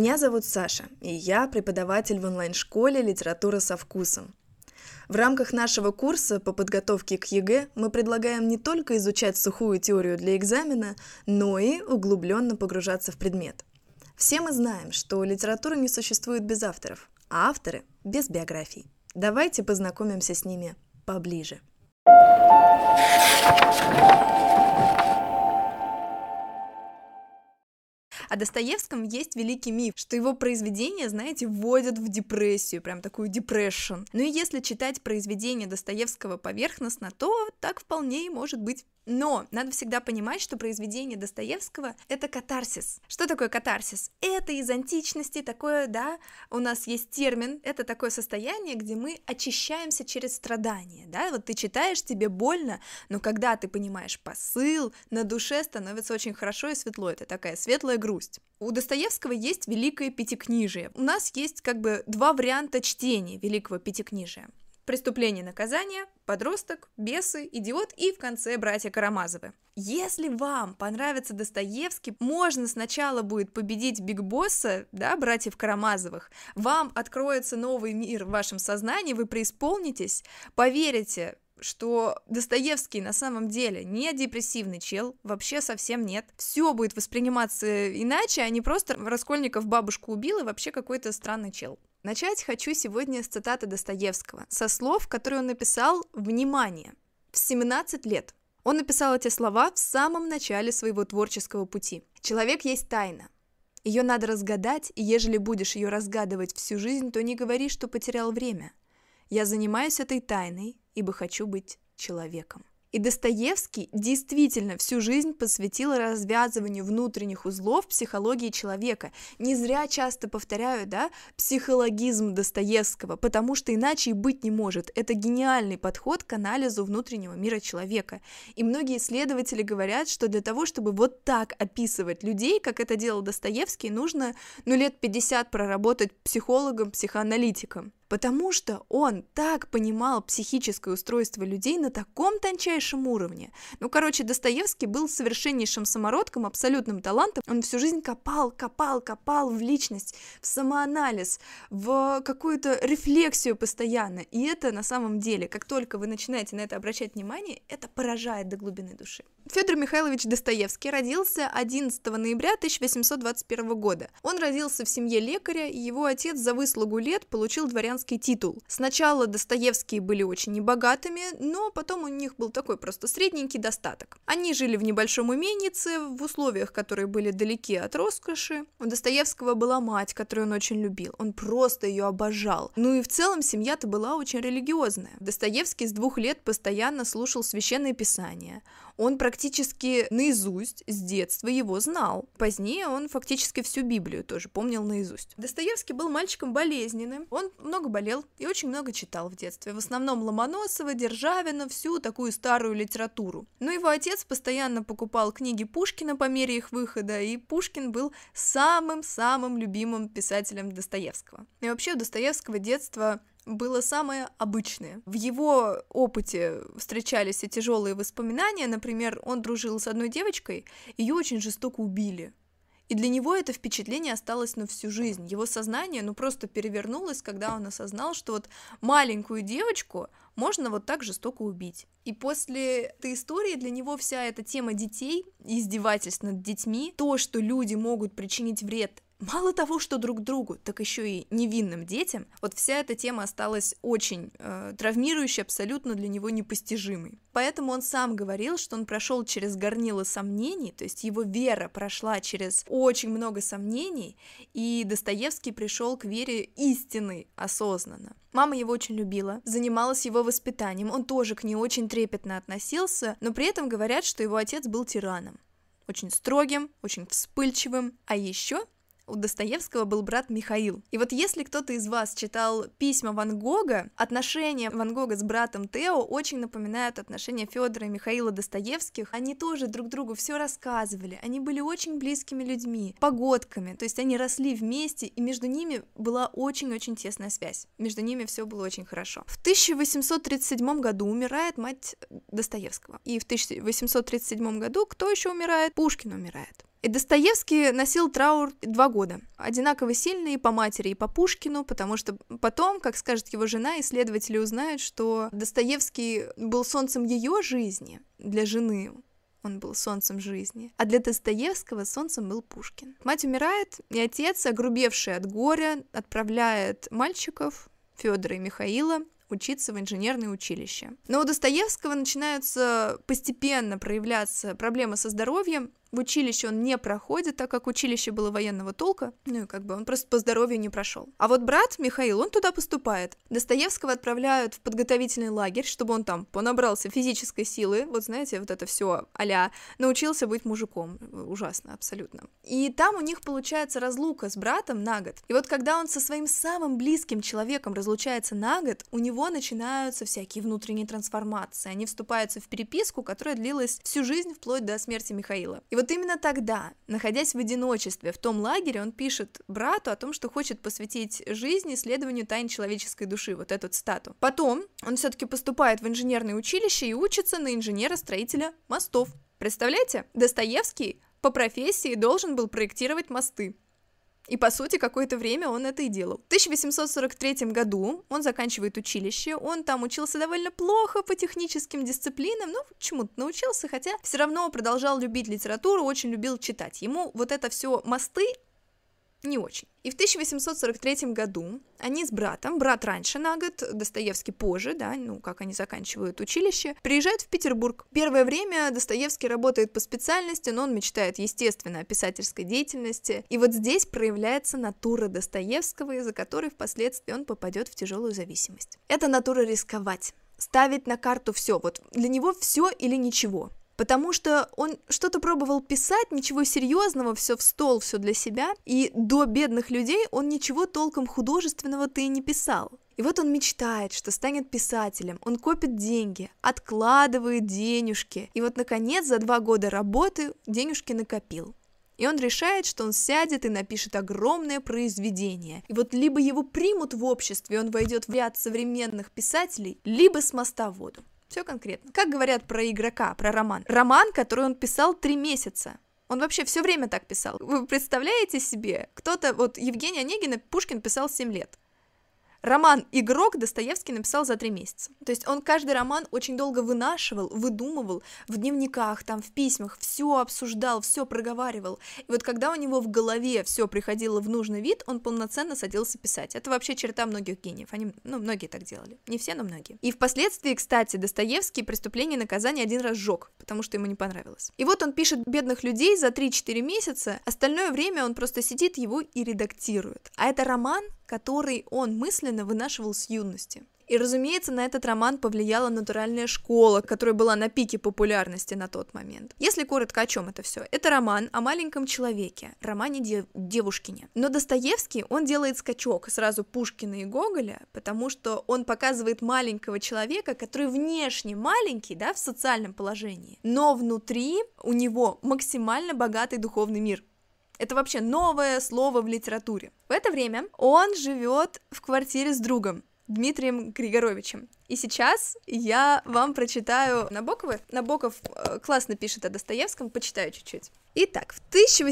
Меня зовут Саша, и я преподаватель в онлайн-школе «Литература со вкусом». В рамках нашего курса по подготовке к ЕГЭ мы предлагаем не только изучать сухую теорию для экзамена, но и углубленно погружаться в предмет. Все мы знаем, что литература не существует без авторов, а авторы – без биографий. Давайте познакомимся с ними поближе. О Достоевском есть великий миф, что его произведения, знаете, вводят в депрессию, прям такую депрессион. Ну и если читать произведения Достоевского поверхностно, то так вполне и может быть. Но надо всегда понимать, что произведение Достоевского — это катарсис. Что такое катарсис? Это из античности такое, да, у нас есть термин, это такое состояние, где мы очищаемся через страдания, да, вот ты читаешь, тебе больно, но когда ты понимаешь посыл, на душе становится очень хорошо и светло, это такая светлая грусть. У Достоевского есть великое пятикнижие, у нас есть как бы два варианта чтения великого пятикнижия. «Преступление и наказание», «Подросток», «Бесы», «Идиот» и в конце «Братья Карамазовы». Если вам понравится Достоевский, можно сначала будет победить Биг Босса, да, братьев Карамазовых, вам откроется новый мир в вашем сознании, вы преисполнитесь, поверите, что Достоевский на самом деле не депрессивный чел, вообще совсем нет. Все будет восприниматься иначе, а не просто Раскольников бабушку убил и вообще какой-то странный чел. Начать хочу сегодня с цитаты Достоевского, со слов, которые он написал, внимание, в 17 лет. Он написал эти слова в самом начале своего творческого пути. «Человек есть тайна. Ее надо разгадать, и ежели будешь ее разгадывать всю жизнь, то не говори, что потерял время. Я занимаюсь этой тайной, ибо хочу быть человеком». И Достоевский действительно всю жизнь посвятил развязыванию внутренних узлов психологии человека. Не зря часто повторяю, да, психологизм Достоевского, потому что иначе и быть не может. Это гениальный подход к анализу внутреннего мира человека. И многие исследователи говорят, что для того, чтобы вот так описывать людей, как это делал Достоевский, нужно, лет 50 проработать психологом, психоаналитиком. Потому что он так понимал психическое устройство людей на таком тончайшем уровне. Достоевский был совершеннейшим самородком, абсолютным талантом. Он всю жизнь копал в личность, в самоанализ, в какую-то рефлексию постоянно. И это на самом деле, как только вы начинаете на это обращать внимание, это поражает до глубины души. Федор Михайлович Достоевский родился 11 ноября 1821 года. Он родился в семье лекаря, и его отец за выслугу лет получил дворянский титул. Сначала Достоевские были очень небогатыми, но потом у них был такой просто средненький достаток. Они жили в небольшом имении, в условиях, которые были далеки от роскоши. У Достоевского была мать, которую он очень любил. Он просто ее обожал. И в целом семья-то была очень религиозная. Достоевский с 2 лет постоянно слушал священное писание. Он практически наизусть с детства его знал. Позднее он фактически всю Библию тоже помнил наизусть. Достоевский был мальчиком болезненным, он много болел и очень много читал в детстве. В основном Ломоносова, Державина, всю такую старую литературу. Но его отец постоянно покупал книги Пушкина по мере их выхода, и Пушкин был самым-самым любимым писателем Достоевского. И вообще у Достоевского детство было самое обычное. В его опыте встречались и тяжелые воспоминания, например, он дружил с одной девочкой, ее очень жестоко убили. И для него это впечатление осталось на всю жизнь. Его сознание, просто перевернулось, когда он осознал, что вот маленькую девочку можно вот так жестоко убить. И после этой истории для него вся эта тема детей, издевательств над детьми, то, что люди могут причинить вред мало того, что друг другу, так еще и невинным детям, вот вся эта тема осталась очень травмирующей, абсолютно для него непостижимой. Поэтому он сам говорил, что он прошел через горнило сомнений, то есть его вера прошла через очень много сомнений, и Достоевский пришел к вере истинной осознанно. Мама его очень любила, занималась его воспитанием, он тоже к ней очень трепетно относился, но при этом говорят, что его отец был тираном, очень строгим, очень вспыльчивым, а еще у Достоевского был брат Михаил. И вот если кто-то из вас читал письма Ван Гога, отношения Ван Гога с братом Тео очень напоминают отношения Федора и Михаила Достоевских. Они тоже друг другу все рассказывали, они были очень близкими людьми, погодками, то есть они росли вместе, и между ними была очень-очень тесная связь. Между ними все было очень хорошо. В 1837 году умирает мать Достоевского. И в 1837 году кто еще умирает? Пушкин умирает. И Достоевский носил траур 2 года, одинаково сильный и по матери, и по Пушкину, потому что потом, как скажет его жена, исследователи узнают, что Достоевский был солнцем ее жизни, для жены он был солнцем жизни, а для Достоевского солнцем был Пушкин. Мать умирает, и отец, огрубевший от горя, отправляет мальчиков, Федора и Михаила, учиться в инженерное училище. Но у Достоевского начинаются постепенно проявляться проблемы со здоровьем. В училище он не проходит, так как училище было военного толка, ну и как бы он просто по здоровью не прошел. А вот брат Михаил, он туда поступает. Достоевского отправляют в подготовительный лагерь, чтобы он там понабрался физической силы, вот знаете, вот это все а-ля научился быть мужиком. Ужасно, абсолютно. И там у них получается разлука с братом на год. И вот когда он со своим самым близким человеком разлучается на год, у него начинаются всякие внутренние трансформации. Они вступаются в переписку, которая длилась всю жизнь вплоть до смерти Михаила. И вот именно тогда, находясь в одиночестве в том лагере, он пишет брату о том, что хочет посвятить жизнь исследованию тайн человеческой души, вот эту цитату. Потом он все-таки поступает в инженерное училище и учится на инженера-строителя мостов. Представляете? Достоевский по профессии должен был проектировать мосты. И, по сути, какое-то время он это и делал. В 1843 году он заканчивает училище, он там учился довольно плохо по техническим дисциплинам, но чему-то научился, хотя все равно продолжал любить литературу, очень любил читать. Ему вот это все мосты не очень. И в 1843 году они с братом, брат раньше на год, Достоевский позже, да, ну, как они заканчивают училище, приезжают в Петербург. Первое время Достоевский работает по специальности, но он мечтает, естественно, о писательской деятельности. И вот здесь проявляется натура Достоевского, из-за которой впоследствии он попадет в тяжелую зависимость. Это натура рисковать, ставить на карту все. Вот для него все или ничего. Потому что он что-то пробовал писать, ничего серьезного, все в стол, все для себя, и до бедных людей он ничего толком художественного-то и не писал. И вот он мечтает, что станет писателем, он копит деньги, откладывает денежки, и вот, наконец, за 2 года работы денежки накопил. И он решает, что он сядет и напишет огромное произведение. И вот либо его примут в обществе, он войдет в ряд современных писателей, либо с моста в воду. Все конкретно. Как говорят про игрока, про роман? Роман, который он писал 3 месяца. Он вообще все время так писал. Вы представляете себе? Кто-то, вот Евгения Онегина Пушкин писал 7 лет. Роман «Игрок» Достоевский написал за 3 месяца. То есть он каждый роман очень долго вынашивал, выдумывал в дневниках, там, в письмах, все обсуждал, все проговаривал. И вот когда у него в голове все приходило в нужный вид, он полноценно садился писать. Это вообще черта многих гениев. Они, многие так делали. Не все, но многие. И впоследствии, кстати, Достоевский «Преступление и наказание» 1 раз сжег, потому что ему не понравилось. И вот он пишет «Бедных людей» за 3-4 месяца, остальное время он просто сидит его и редактирует. А это роман, который он мысленно вынашивал с юности. И, разумеется, на этот роман повлияла натуральная школа, которая была на пике популярности на тот момент. Если коротко, о чем это все? Это роман о маленьком человеке, романе Девушкине. Но Достоевский, он делает скачок сразу Пушкина и Гоголя, потому что он показывает маленького человека, который внешне маленький, да, в социальном положении, но внутри у него максимально богатый духовный мир. Это вообще новое слово в литературе. В это время он живет в квартире с другом, Дмитрием Григоровичем. И сейчас я вам прочитаю Набокова. Набоков классно пишет о Достоевском, почитаю чуть-чуть. Итак, в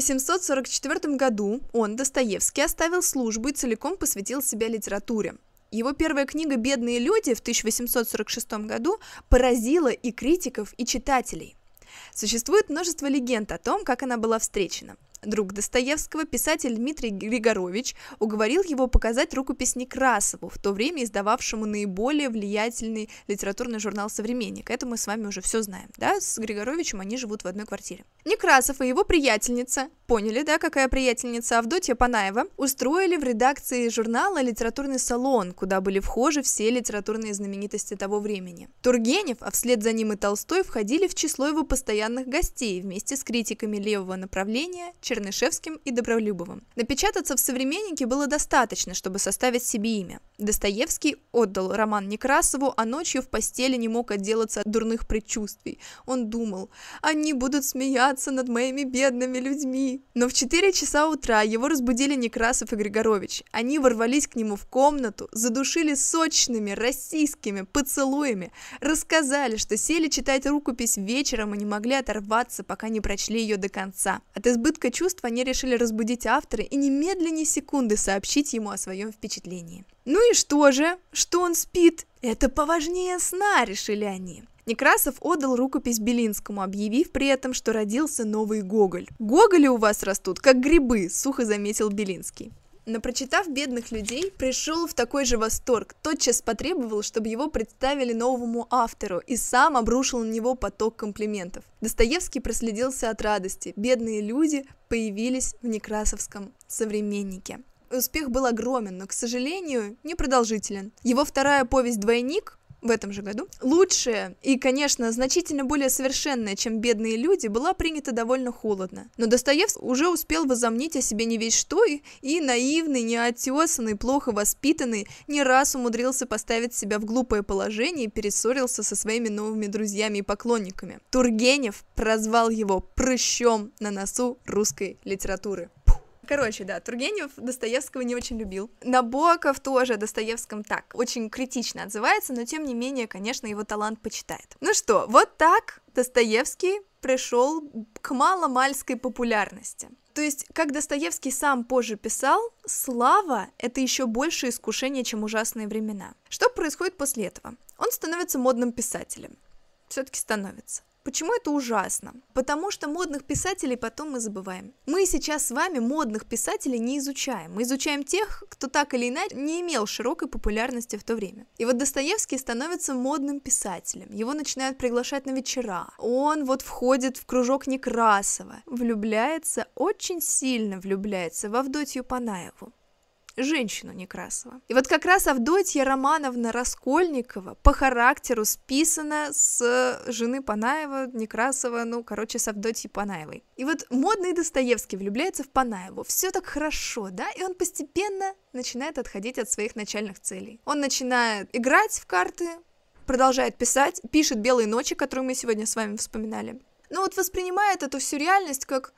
1844 году он, Достоевский, оставил службу и целиком посвятил себя литературе. Его первая книга «Бедные люди» в 1846 году поразила и критиков, и читателей. Существует множество легенд о том, как она была встречена. Друг Достоевского, писатель Дмитрий Григорович, уговорил его показать рукопись Некрасову, в то время издававшему наиболее влиятельный литературный журнал «Современник». Это мы с вами уже все знаем, да? С Григоровичем они живут в одной квартире. Некрасов и его приятельница, поняли, да, какая приятельница, Авдотья Панаева, устроили в редакции журнала литературный салон, куда были вхожи все литературные знаменитости того времени. Тургенев, а вслед за ним и Толстой, входили в число его постоянных гостей вместе с критиками левого направления, Чернышевским и Добролюбовым. Напечататься в «Современнике» было достаточно, чтобы составить себе имя. Достоевский отдал роман Некрасову, а ночью в постели не мог отделаться от дурных предчувствий. Он думал: они будут смеяться над моими бедными людьми. Но в 4 часа утра его разбудили Некрасов и Григорович. Они ворвались к нему в комнату, задушили сочными российскими поцелуями, рассказали, что сели читать рукопись вечером и не могли оторваться, пока не прочли ее до конца. От избытка чувств они решили разбудить автора и немедленно секунды сообщить ему о своем впечатлении. Ну и что же? Что он спит? Это поважнее сна, решили они. Некрасов отдал рукопись Белинскому, объявив при этом, что родился новый Гоголь. «Гоголи у вас растут, как грибы», — сухо заметил Белинский. Но, прочитав «Бедных людей», пришел в такой же восторг, тотчас потребовал, чтобы его представили новому автору, и сам обрушил на него поток комплиментов. Достоевский проследился от радости. «Бедные люди» появились в некрасовском «Современнике». Успех был огромен, но, к сожалению, непродолжителен. Его вторая повесть «Двойник» в этом же году, лучшая и, конечно, значительно более совершенная, чем «Бедные люди», была принята довольно холодно. Но Достоевский уже успел возомнить о себе не весь что и наивный, неотесанный, плохо воспитанный, не раз умудрился поставить себя в глупое положение и перессорился со своими новыми друзьями и поклонниками. Тургенев прозвал его «прыщом на носу русской литературы». Короче, да, Тургенев Достоевского не очень любил. Набоков тоже о Достоевском так, очень критично отзывается, но тем не менее, конечно, его талант почитает. Ну что, вот так Достоевский пришел к маломальской популярности. То есть, как Достоевский сам позже писал, слава — это еще большее искушение, чем ужасные времена. Что происходит после этого? Он становится модным писателем. Все-таки становится. Почему это ужасно? Потому что модных писателей потом мы забываем. Мы сейчас с вами модных писателей не изучаем. Мы изучаем тех, кто так или иначе не имел широкой популярности в то время. И вот Достоевский становится модным писателем. Его начинают приглашать на вечера. Он вот входит в кружок Некрасова. Влюбляется, очень сильно влюбляется в Авдотью Панаеву. Женщину Некрасова. И вот как раз Авдотья Романовна Раскольникова по характеру списана с жены Панаева, Некрасова, с Авдотьей Панаевой. И вот модный Достоевский влюбляется в Панаеву. Все так хорошо, да? И он постепенно начинает отходить от своих начальных целей. Он начинает играть в карты, продолжает писать, пишет «Белые ночи», которую мы сегодня с вами вспоминали. Но вот воспринимает эту всю реальность как...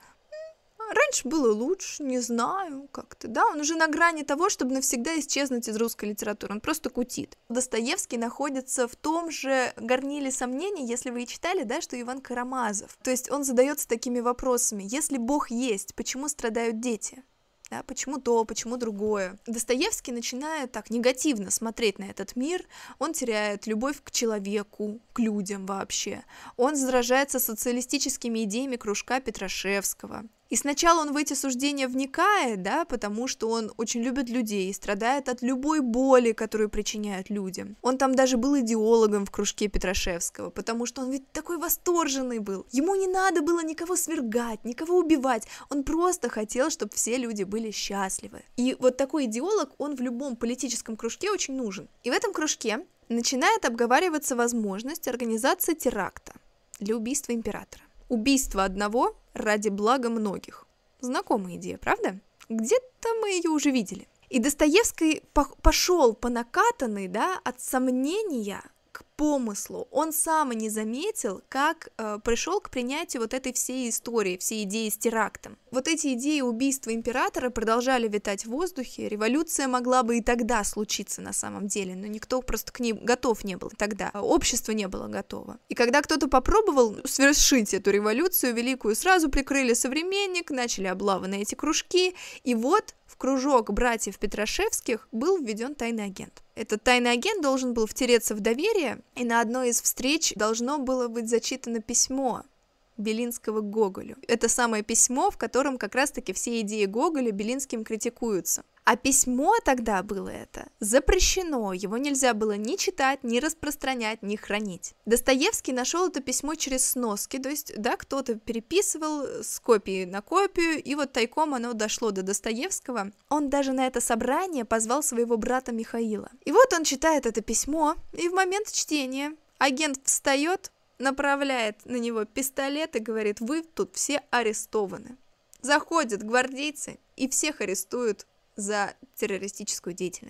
Раньше было лучше, не знаю, как-то, да, он уже на грани того, чтобы навсегда исчезнуть из русской литературы, он просто кутит. Достоевский находится в том же горниле сомнений, если вы и читали, да, что Иван Карамазов. То есть он задается такими вопросами: если Бог есть, почему страдают дети? Да, почему то, почему другое? Достоевский начинает так негативно смотреть на этот мир, он теряет любовь к человеку, к людям вообще. Он заражается социалистическими идеями кружка Петрашевского. И сначала он в эти суждения вникает, да, потому что он очень любит людей, страдает от любой боли, которую причиняют людям. Он там даже был идеологом в кружке Петрашевского, потому что он ведь такой восторженный был. Ему не надо было никого свергать, никого убивать, он просто хотел, чтобы все люди были счастливы. И вот такой идеолог, он в любом политическом кружке очень нужен. И в этом кружке начинает обговариваться возможность организации теракта для убийства императора. Убийство одного ради блага многих. Знакомая идея, правда? Где-то мы ее уже видели. И Достоевский пошел по накатанной, да, от сомнения к помыслу. Он сам и не заметил, как пришел к принятию вот этой всей истории, всей идеи с терактом. Вот эти идеи убийства императора продолжали витать в воздухе. Революция могла бы и тогда случиться на самом деле, но никто просто к ней готов не был тогда. Общество не было готово. И когда кто-то попробовал совершить эту революцию великую, сразу прикрыли «Современник», начали облавы на эти кружки, и вот в кружок братьев Петрашевских был введен тайный агент. Этот тайный агент должен был втереться в доверие, и на одной из встреч должно было быть зачитано письмо Белинского к Гоголю. Это самое письмо, в котором как раз-таки все идеи Гоголя Белинским критикуются. А письмо тогда было это запрещено, его нельзя было ни читать, ни распространять, ни хранить. Достоевский нашел это письмо через сноски, то есть, да, кто-то переписывал с копии на копию, и вот тайком оно дошло до Достоевского. Он даже на это собрание позвал своего брата Михаила. И вот он читает это письмо, и в момент чтения агент встает, направляет на него пистолет и говорит: вы тут все арестованы. Заходят гвардейцы и всех арестуют за террористическую деятельность.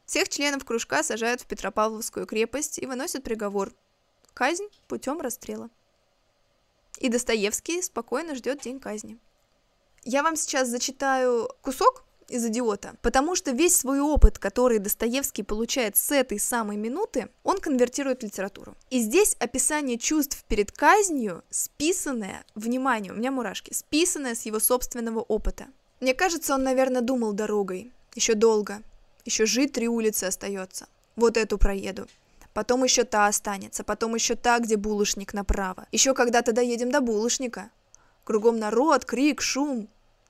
Всех членов кружка сажают в Петропавловскую крепость и выносят приговор – казнь путем расстрела. И Достоевский спокойно ждет день казни. Я вам сейчас зачитаю кусок из «Идиота», потому что весь свой опыт, который Достоевский получает с этой самой минуты, он конвертирует в литературу. И здесь описание чувств перед казнью, списанное, внимание, у меня мурашки, списанное с его собственного опыта. Мне кажется, он, наверное, думал дорогой, еще долго, еще жить 3 улицы остается, вот эту проеду. Потом еще та останется, потом еще та, где булочник направо. Еще когда-то доедем до булочника. Кругом народ, крик, шум.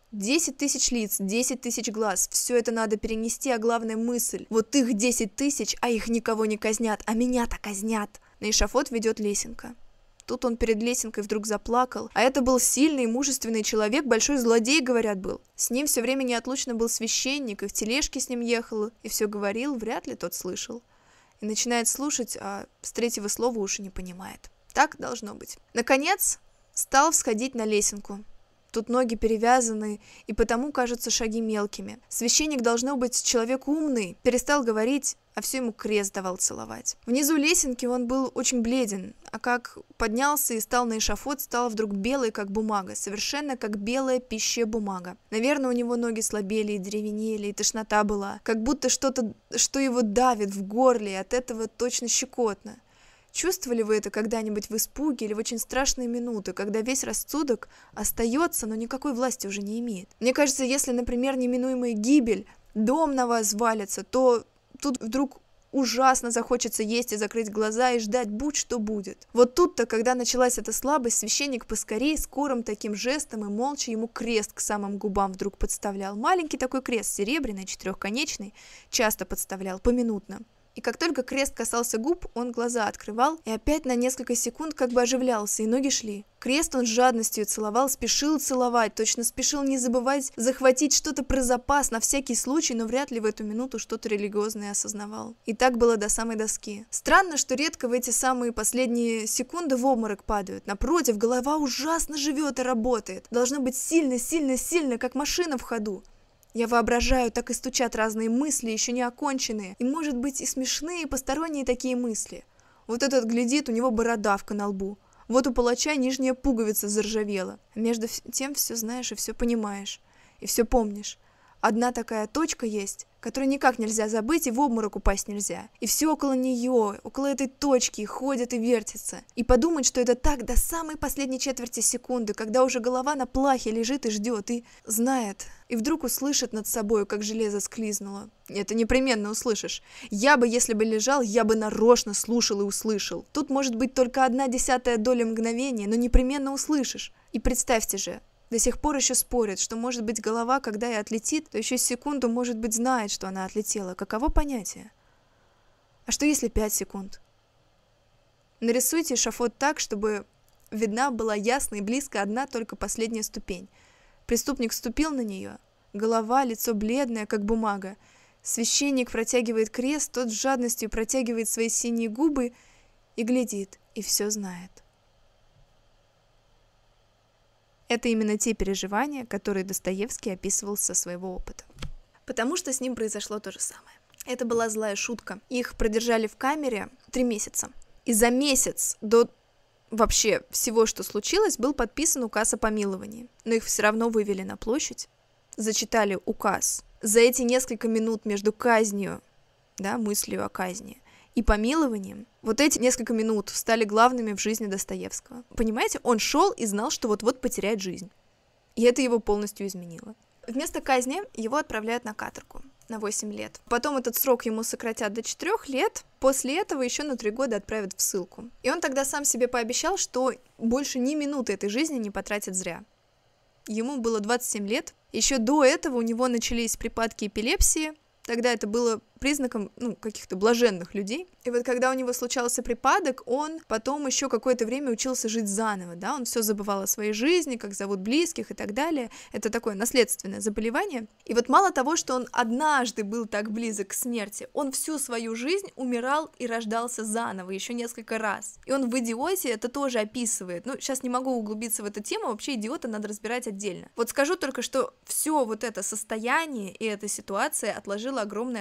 10 тысяч лиц, 10 тысяч глаз. Все это надо перенести, а главная мысль. Вот их 10 тысяч, а их никого не казнят, а меня-то казнят. На эшафот ведет Лесенко. Тут он перед лесенкой вдруг заплакал. А это был сильный и мужественный человек, большой злодей, говорят, был. С ним все время неотлучно был священник, и в тележке с ним ехал, и все говорил, вряд ли тот слышал. И начинает слушать, а с 3-го слова уж и не понимает. Так должно быть. Наконец, стал всходить на лесенку. Тут ноги перевязаны, и потому кажутся шаги мелкими. Священник, должно быть, человек умный, перестал говорить, а все ему крест давал целовать. Внизу лесенки он был очень бледен, а как поднялся и стал на эшафот, стал вдруг белый, как бумага, совершенно как белая пищая бумага. Наверное, у него ноги слабели и деревенели, и тошнота была, как будто что-то, что его давит в горле, и от этого точно щекотно. Чувствовали вы это когда-нибудь в испуге или в очень страшные минуты, когда весь рассудок остается, но никакой власти уже не имеет? Мне кажется, если, например, неминуемая гибель, дом на вас валится, то тут вдруг ужасно захочется есть и закрыть глаза и ждать, будь что будет. Вот тут-то, когда началась эта слабость, священник поскорей, скорым таким жестом и молча ему крест к самым губам вдруг подставлял. Маленький такой крест, серебряный, 4-конечный, часто подставлял, поминутно. И как только крест касался губ, он глаза открывал и опять на несколько секунд как бы оживлялся, и ноги шли. Крест он с жадностью целовал, спешил целовать, точно спешил не забывать захватить что-то про запас на всякий случай, но вряд ли в эту минуту что-то религиозное осознавал. И так было до самой доски. Странно, что редко в эти самые последние секунды в обморок падают. Напротив, голова ужасно живет и работает. Должно быть сильно, как машина в ходу. Я воображаю, так и стучат разные мысли, еще не оконченные, и, может быть, и смешные, и посторонние такие мысли. Вот этот глядит, у него бородавка на лбу. Вот у палача нижняя пуговица заржавела. Между тем все знаешь и все понимаешь, и все помнишь. Одна такая точка есть, которую никак нельзя забыть, и в обморок упасть нельзя. И все около нее, около этой точки, ходит и вертится. И подумать, что это так до самой последней четверти секунды, когда уже голова на плахе лежит и ждет, и знает. И вдруг услышит над собой, как железо склизнуло. Это непременно услышишь. Я бы, если бы лежал, я бы нарочно слушал и услышал. Тут может быть только 1/10 доля мгновения, но непременно услышишь. И представьте же, до сих пор еще спорят, что, может быть, голова, когда и отлетит, то еще секунду, может быть, знает, что она отлетела. Каково понятие? А что если 5 секунд? Нарисуйте эшафот так, чтобы видна была ясно и близко одна только последняя ступень. Преступник вступил на нее. Голова, лицо бледное, как бумага. Священник протягивает крест, тот с жадностью протягивает свои синие губы и глядит, и все знает. Это именно те переживания, которые Достоевский описывал со своего опыта. Потому что с ним произошло то же самое. Это была злая шутка. Их продержали в камере 3 месяца. И за месяц до вообще всего, что случилось, был подписан указ о помиловании. Но их все равно вывели на площадь, зачитали указ. За эти несколько минут между казнью, мыслью о казни, и помилованием, вот эти несколько минут стали главными в жизни Достоевского. Понимаете, он шел и знал, что вот-вот потеряет жизнь. И это его полностью изменило. Вместо казни его отправляют на каторгу на 8 лет. Потом этот срок ему сократят до 4 лет, после этого еще на 3 года отправят в ссылку. И он тогда сам себе пообещал, что больше ни минуты этой жизни не потратит зря. Ему было 27 лет, еще до этого у него начались припадки эпилепсии, тогда это было признаком, каких-то блаженных людей. И вот когда у него случался припадок, он потом еще какое-то время учился жить заново, он все забывал о своей жизни, как зовут близких и так далее. Это такое наследственное заболевание. И вот мало того, что он однажды был так близок к смерти, он всю свою жизнь умирал и рождался заново еще несколько раз. И он в «Идиоте» это тоже описывает. Сейчас не могу углубиться в эту тему, вообще «Идиота» надо разбирать отдельно. Вот скажу только, что все вот это состояние и эта ситуация отложила огромный отпечаток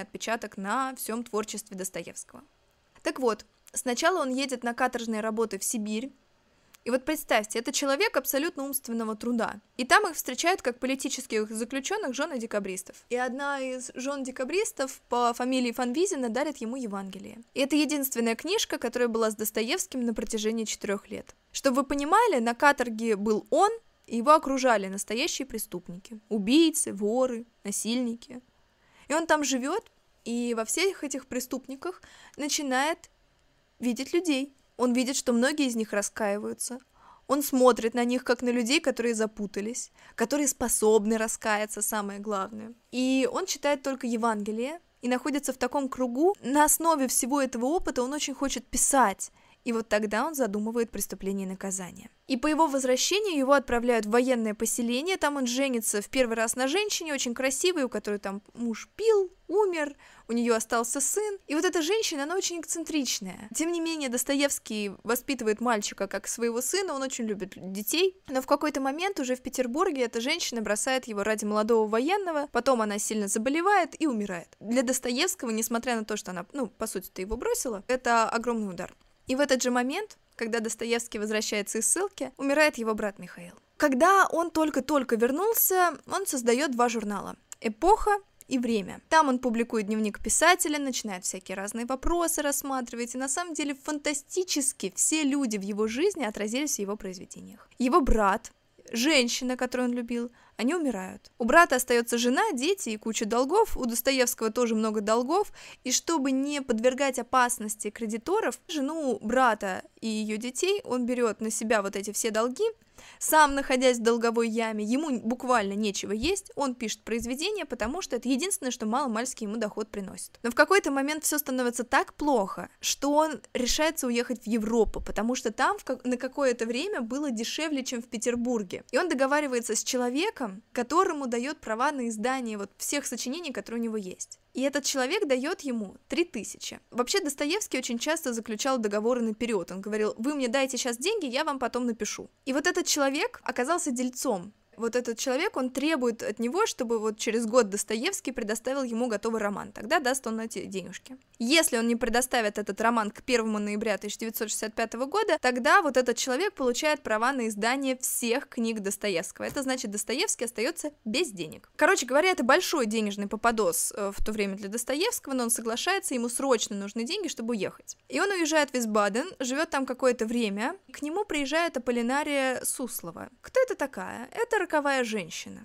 отпечаток на всем творчестве Достоевского. Так вот, сначала он едет на каторжные работы в Сибирь, и вот представьте, это человек абсолютно умственного труда. И там их встречают как политических заключенных жены декабристов. И одна из жен декабристов по фамилии Фанвизина дарит ему Евангелие. И это единственная книжка, которая была с Достоевским на протяжении 4 лет. Чтобы вы понимали, на каторге был он, и его окружали настоящие преступники. Убийцы, воры, насильники. И он там живет, и во всех этих преступниках начинает видеть людей. Он видит, что многие из них раскаиваются. Он смотрит на них, как на людей, которые запутались, которые способны раскаяться, самое главное. И он читает только Евангелие и находится в таком кругу. На основе всего этого опыта он очень хочет писать. И вот тогда он задумывает преступление и наказание. И по его возвращению его отправляют в военное поселение, там он женится в первый раз на женщине, очень красивой, у которой там муж пил, умер, у нее остался сын. И вот эта женщина, она очень эксцентричная. Тем не менее, Достоевский воспитывает мальчика как своего сына, он очень любит детей. Но в какой-то момент уже в Петербурге эта женщина бросает его ради молодого военного, потом она сильно заболевает и умирает. Для Достоевского, несмотря на то, что она, по сути-то его бросила, это огромный удар. И в этот же момент, когда Достоевский возвращается из ссылки, умирает его брат Михаил. Когда он только-только вернулся, он создает 2 журнала «Эпоха» и «Время». Там он публикует дневник писателя, начинает всякие разные вопросы рассматривать, и на самом деле фантастически все люди в его жизни отразились в его произведениях. Его брат, женщина, которую он любил, они умирают. У брата остается жена, дети и куча долгов, у Достоевского тоже много долгов, и чтобы не подвергать опасности кредиторов, жену брата и ее детей он берет на себя вот эти все долги, сам, находясь в долговой яме, ему буквально нечего есть, он пишет произведения, потому что это единственное, что мало-мальски ему доход приносит. Но в какой-то момент все становится так плохо, что он решается уехать в Европу, потому что там на какое-то время было дешевле, чем в Петербурге. И он договаривается с человеком, которому дает права на издание вот всех сочинений, которые у него есть. И этот человек дает ему 3000. Вообще Достоевский очень часто заключал договоры наперед. Он говорил: вы мне дайте сейчас деньги, я вам потом напишу. И вот этот человек оказался дельцом. Вот этот человек, он требует от него, чтобы вот через год Достоевский предоставил ему готовый роман. Тогда даст он эти денежки. Если он не предоставит этот роман к 1 ноября 1965 года, тогда вот этот человек получает права на издание всех книг Достоевского. Это значит, Достоевский остается без денег. Короче говоря, это большой денежный попадос в то время для Достоевского, но он соглашается, ему срочно нужны деньги, чтобы уехать. И он уезжает в Висбаден, живет там какое-то время. К нему приезжает Аполлинария Суслова. Кто это такая? Это роковая женщина.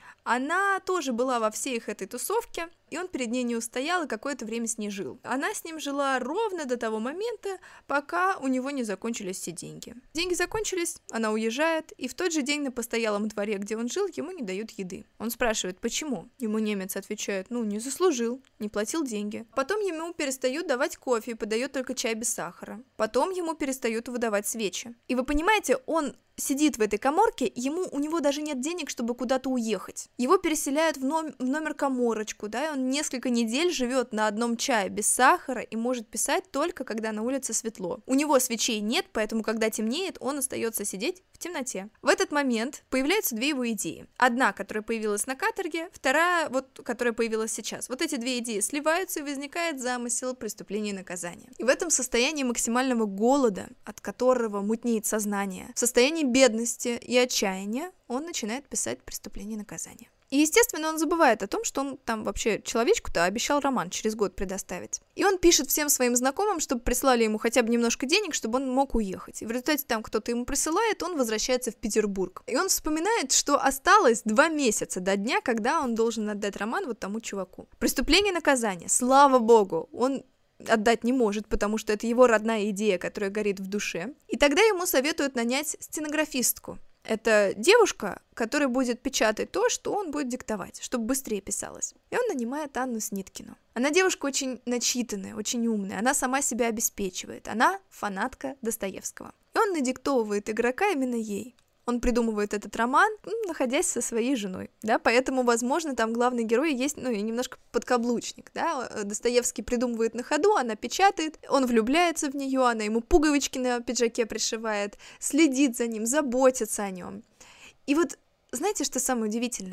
Она тоже была во всей их этой тусовке, и он перед ней не устоял и какое-то время с ней жил. Она с ним жила ровно до того момента, пока у него не закончились все деньги. Деньги закончились, она уезжает, и в тот же день на постоялом дворе, где он жил, ему не дают еды. Он спрашивает, почему? Ему немец отвечает, не заслужил, не платил деньги. Потом ему перестают давать кофе и подает только чай без сахара. Потом ему перестают выдавать свечи. И вы понимаете, он сидит в этой каморке, у него даже нет денег, чтобы куда-то уехать. Его переселяют в номер-каморочку, да, и он несколько недель живет на одном чае без сахара и может писать только когда на улице светло. У него свечей нет, поэтому когда темнеет, он остается сидеть в темноте. В этот момент появляются 2 его идеи. Одна, которая появилась на каторге, вторая, которая появилась сейчас. Вот эти 2 идеи сливаются, и возникает замысел преступления и наказания. И в этом состоянии максимального голода, от которого мутнеет сознание, в состоянии бедности и отчаяния, он начинает писать «Преступление и наказание». И, естественно, он забывает о том, что он там вообще человечку-то обещал роман через год предоставить. И он пишет всем своим знакомым, чтобы прислали ему хотя бы немножко денег, чтобы он мог уехать. И в результате там кто-то ему присылает, он возвращается в Петербург. И он вспоминает, что осталось 2 месяца до дня, когда он должен отдать роман вот тому чуваку. «Преступление и наказание». Слава богу, он отдать не может, потому что это его родная идея, которая горит в душе. И тогда ему советуют нанять стенографистку. Это девушка, которая будет печатать то, что он будет диктовать, чтобы быстрее писалось. И он нанимает Анну Сниткину. Она девушка очень начитанная, очень умная, она сама себя обеспечивает, она фанатка Достоевского. И он надиктовывает игрока именно ей. Он придумывает этот роман, находясь со своей женой, да, поэтому, возможно, там главный герой есть, и немножко подкаблучник, да, Достоевский придумывает на ходу, она печатает, он влюбляется в нее, она ему пуговички на пиджаке пришивает, следит за ним, заботится о нем. И вот, знаете, что самое удивительное?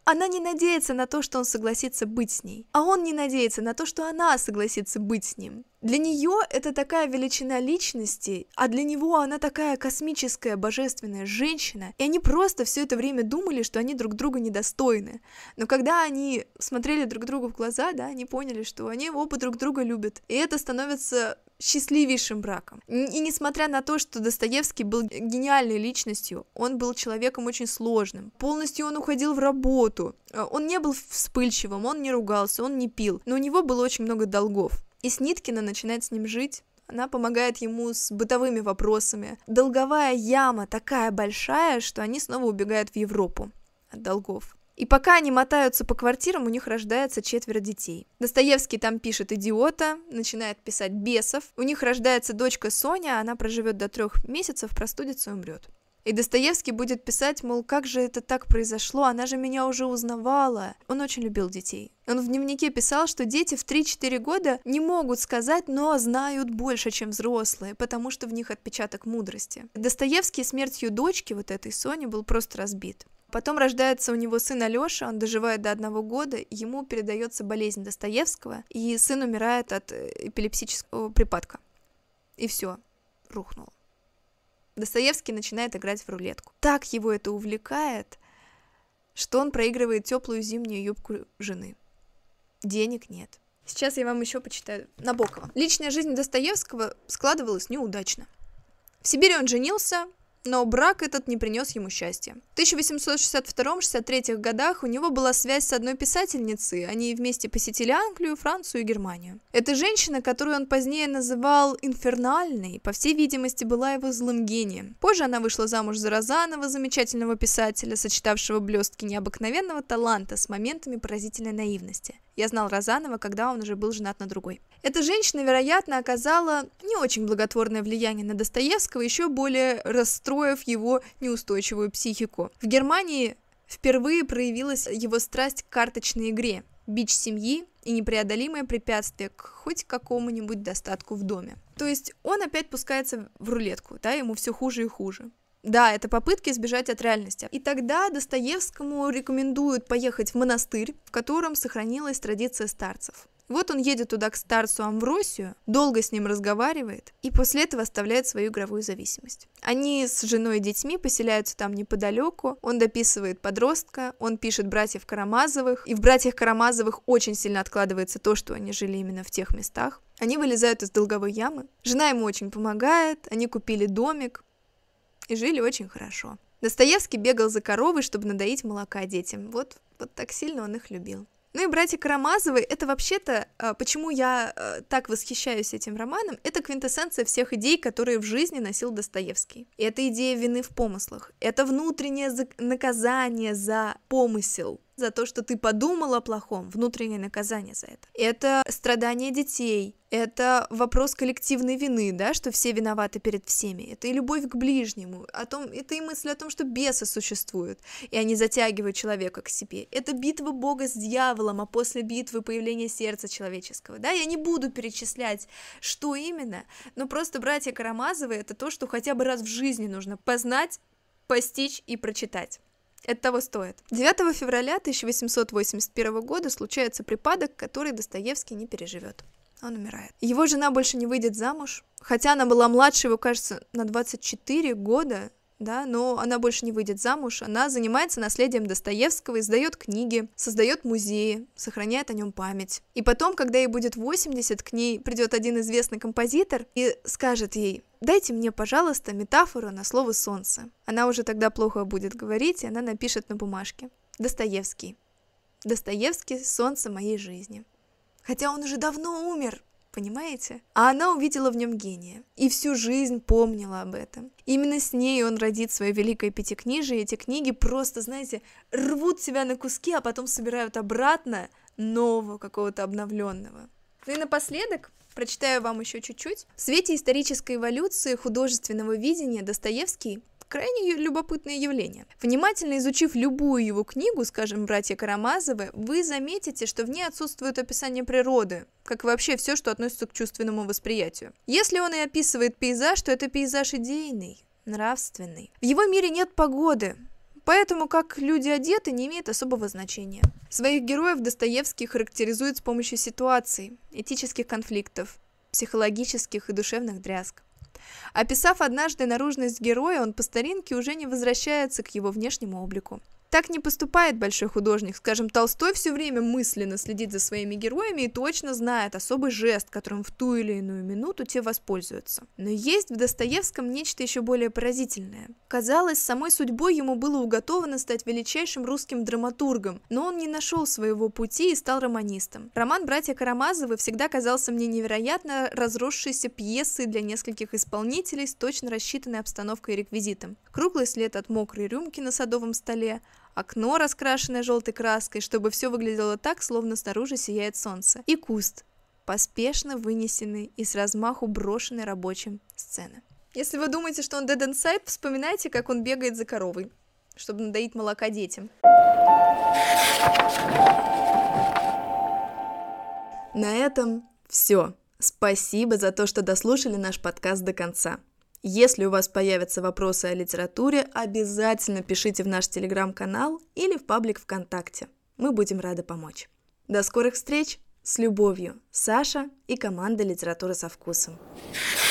Она не надеется на то, что он согласится быть с ней, а он не надеется на то, что она согласится быть с ним. Для нее это такая величина личности, а для него она такая космическая, божественная женщина, и они просто все это время думали, что они друг друга недостойны. Но когда они смотрели друг другу в глаза, да, они поняли, что они оба друг друга любят, и это становится счастливейшим браком. И несмотря на то, что Достоевский был гениальной личностью, он был человеком очень сложным. Полностью он уходил в работу. Он не был вспыльчивым, он не ругался, он не пил. Но у него было очень много долгов. И Сниткина начинает с ним жить. Она помогает ему с бытовыми вопросами. Долговая яма такая большая, что они снова убегают в Европу от долгов. И пока они мотаются по квартирам, у них рождается 4 детей. Достоевский там пишет «Идиота», начинает писать «Бесов». У них рождается дочка Соня, она проживет до 3 месяцев, простудится и умрет. И Достоевский будет писать, мол, как же это так произошло, она же меня уже узнавала. Он очень любил детей. Он в дневнике писал, что дети в 3-4 года не могут сказать, но знают больше, чем взрослые, потому что в них отпечаток мудрости. Достоевский смертью дочки, вот этой Сони, был просто разбит. Потом рождается у него сын Алёша, он доживает до 1 года, ему передается болезнь Достоевского, и сын умирает от эпилептического припадка. И все, рухнуло. Достоевский начинает играть в рулетку. Так его это увлекает, что он проигрывает теплую зимнюю юбку жены. Денег нет. Сейчас я вам еще почитаю Набокова. Личная жизнь Достоевского складывалась неудачно. В Сибири он женился, но брак этот не принес ему счастья. В 1862-63 годах у него была связь с одной писательницей, они вместе посетили Англию, Францию и Германию. Эта женщина, которую он позднее называл инфернальной, по всей видимости, была его злым гением. Позже она вышла замуж за Розанова, замечательного писателя, сочетавшего блестки необыкновенного таланта с моментами поразительной наивности. Я знал Розанова, когда он уже был женат на другой. Эта женщина, вероятно, оказала не очень благотворное влияние на Достоевского, еще более расстроив его неустойчивую психику. В Германии впервые проявилась его страсть к карточной игре, бич семьи и непреодолимое препятствие к хоть какому-нибудь достатку в доме. То есть он опять пускается в рулетку, да, ему все хуже и хуже. Да, это попытки избежать от реальности. И тогда Достоевскому рекомендуют поехать в монастырь, в котором сохранилась традиция старцев. Вот он едет туда к старцу Амвросию, долго с ним разговаривает, и после этого оставляет свою игровую зависимость. Они с женой и детьми поселяются там неподалеку, он дописывает «Подростка», он пишет «Братьев Карамазовых», и в «Братьях Карамазовых» очень сильно откладывается то, что они жили именно в тех местах. Они вылезают из долговой ямы, жена ему очень помогает, они купили домик, и жили очень хорошо. Достоевский бегал за коровой, чтобы надоить молока детям. Вот так сильно он их любил. Ну и «Братья Карамазовы» — это вообще-то, почему я так восхищаюсь этим романом, это квинтэссенция всех идей, которые в жизни носил Достоевский. И это идея вины в помыслах. Это внутреннее наказание за помысел, за то, что ты подумал о плохом, внутреннее наказание за это. Это страдания детей, это вопрос коллективной вины, да, что все виноваты перед всеми. Это и любовь к ближнему, это и мысль о том, что бесы существуют, и они затягивают человека к себе. Это битва Бога с дьяволом, а после битвы появление сердца человеческого. Да, я не буду перечислять, что именно, но просто «Братья Карамазовы» — это то, что хотя бы раз в жизни нужно познать, постичь и прочитать. Это того стоит. 9 февраля 1881 года случается припадок, который Достоевский не переживет. Он умирает. Его жена больше не выйдет замуж, хотя она была младше его, кажется, на 24 года, да, но она больше не выйдет замуж, она занимается наследием Достоевского, издает книги, создает музеи, сохраняет о нем память. И потом, когда ей будет 80, к ней придет один известный композитор и скажет ей: «Дайте мне, пожалуйста, метафору на слово «солнце». Она уже тогда плохо будет говорить, и она напишет на бумажке: Достоевский. Достоевский — солнце моей жизни. Хотя он уже давно умер, понимаете? А она увидела в нем гения и всю жизнь помнила об этом. Именно с ней он родит свое великое пятикнижие, и эти книги просто, знаете, рвут себя на куски, а потом собирают обратно нового, какого-то обновленного. Ну и напоследок прочитаю вам еще чуть-чуть. В свете исторической эволюции художественного видения Достоевский — крайне любопытное явление. Внимательно изучив любую его книгу, скажем, «Братья Карамазовы», вы заметите, что в ней отсутствует описание природы, как и вообще все, что относится к чувственному восприятию. Если он и описывает пейзаж, то это пейзаж идейный, нравственный. В его мире нет погоды. Поэтому как люди одеты не имеет особого значения. Своих героев Достоевский характеризует с помощью ситуаций, этических конфликтов, психологических и душевных дрязг. Описав однажды наружность героя, он по старинке уже не возвращается к его внешнему облику. Так не поступает большой художник. Скажем, Толстой все время мысленно следит за своими героями и точно знает особый жест, которым в ту или иную минуту те воспользуются. Но есть в Достоевском нечто еще более поразительное. Казалось, самой судьбой ему было уготовано стать величайшим русским драматургом, но он не нашел своего пути и стал романистом. Роман «Братья Карамазовы» всегда казался мне невероятно разросшейся пьесой для нескольких исполнителей с точно рассчитанной обстановкой и реквизитом. Круглый след от мокрой рюмки на садовом столе, окно, раскрашенное желтой краской, чтобы все выглядело так, словно снаружи сияет солнце, и куст, поспешно вынесенный и с размаху брошенный рабочим сцены. Если вы думаете, что он dead inside, вспоминайте, как он бегает за коровой, чтобы надоить молока детям. На этом все. Спасибо за то, что дослушали наш подкаст до конца. Если у вас появятся вопросы о литературе, обязательно пишите в наш телеграм-канал или в паблик ВКонтакте. Мы будем рады помочь. До скорых встреч! С любовью, Саша и команда «Литература со вкусом».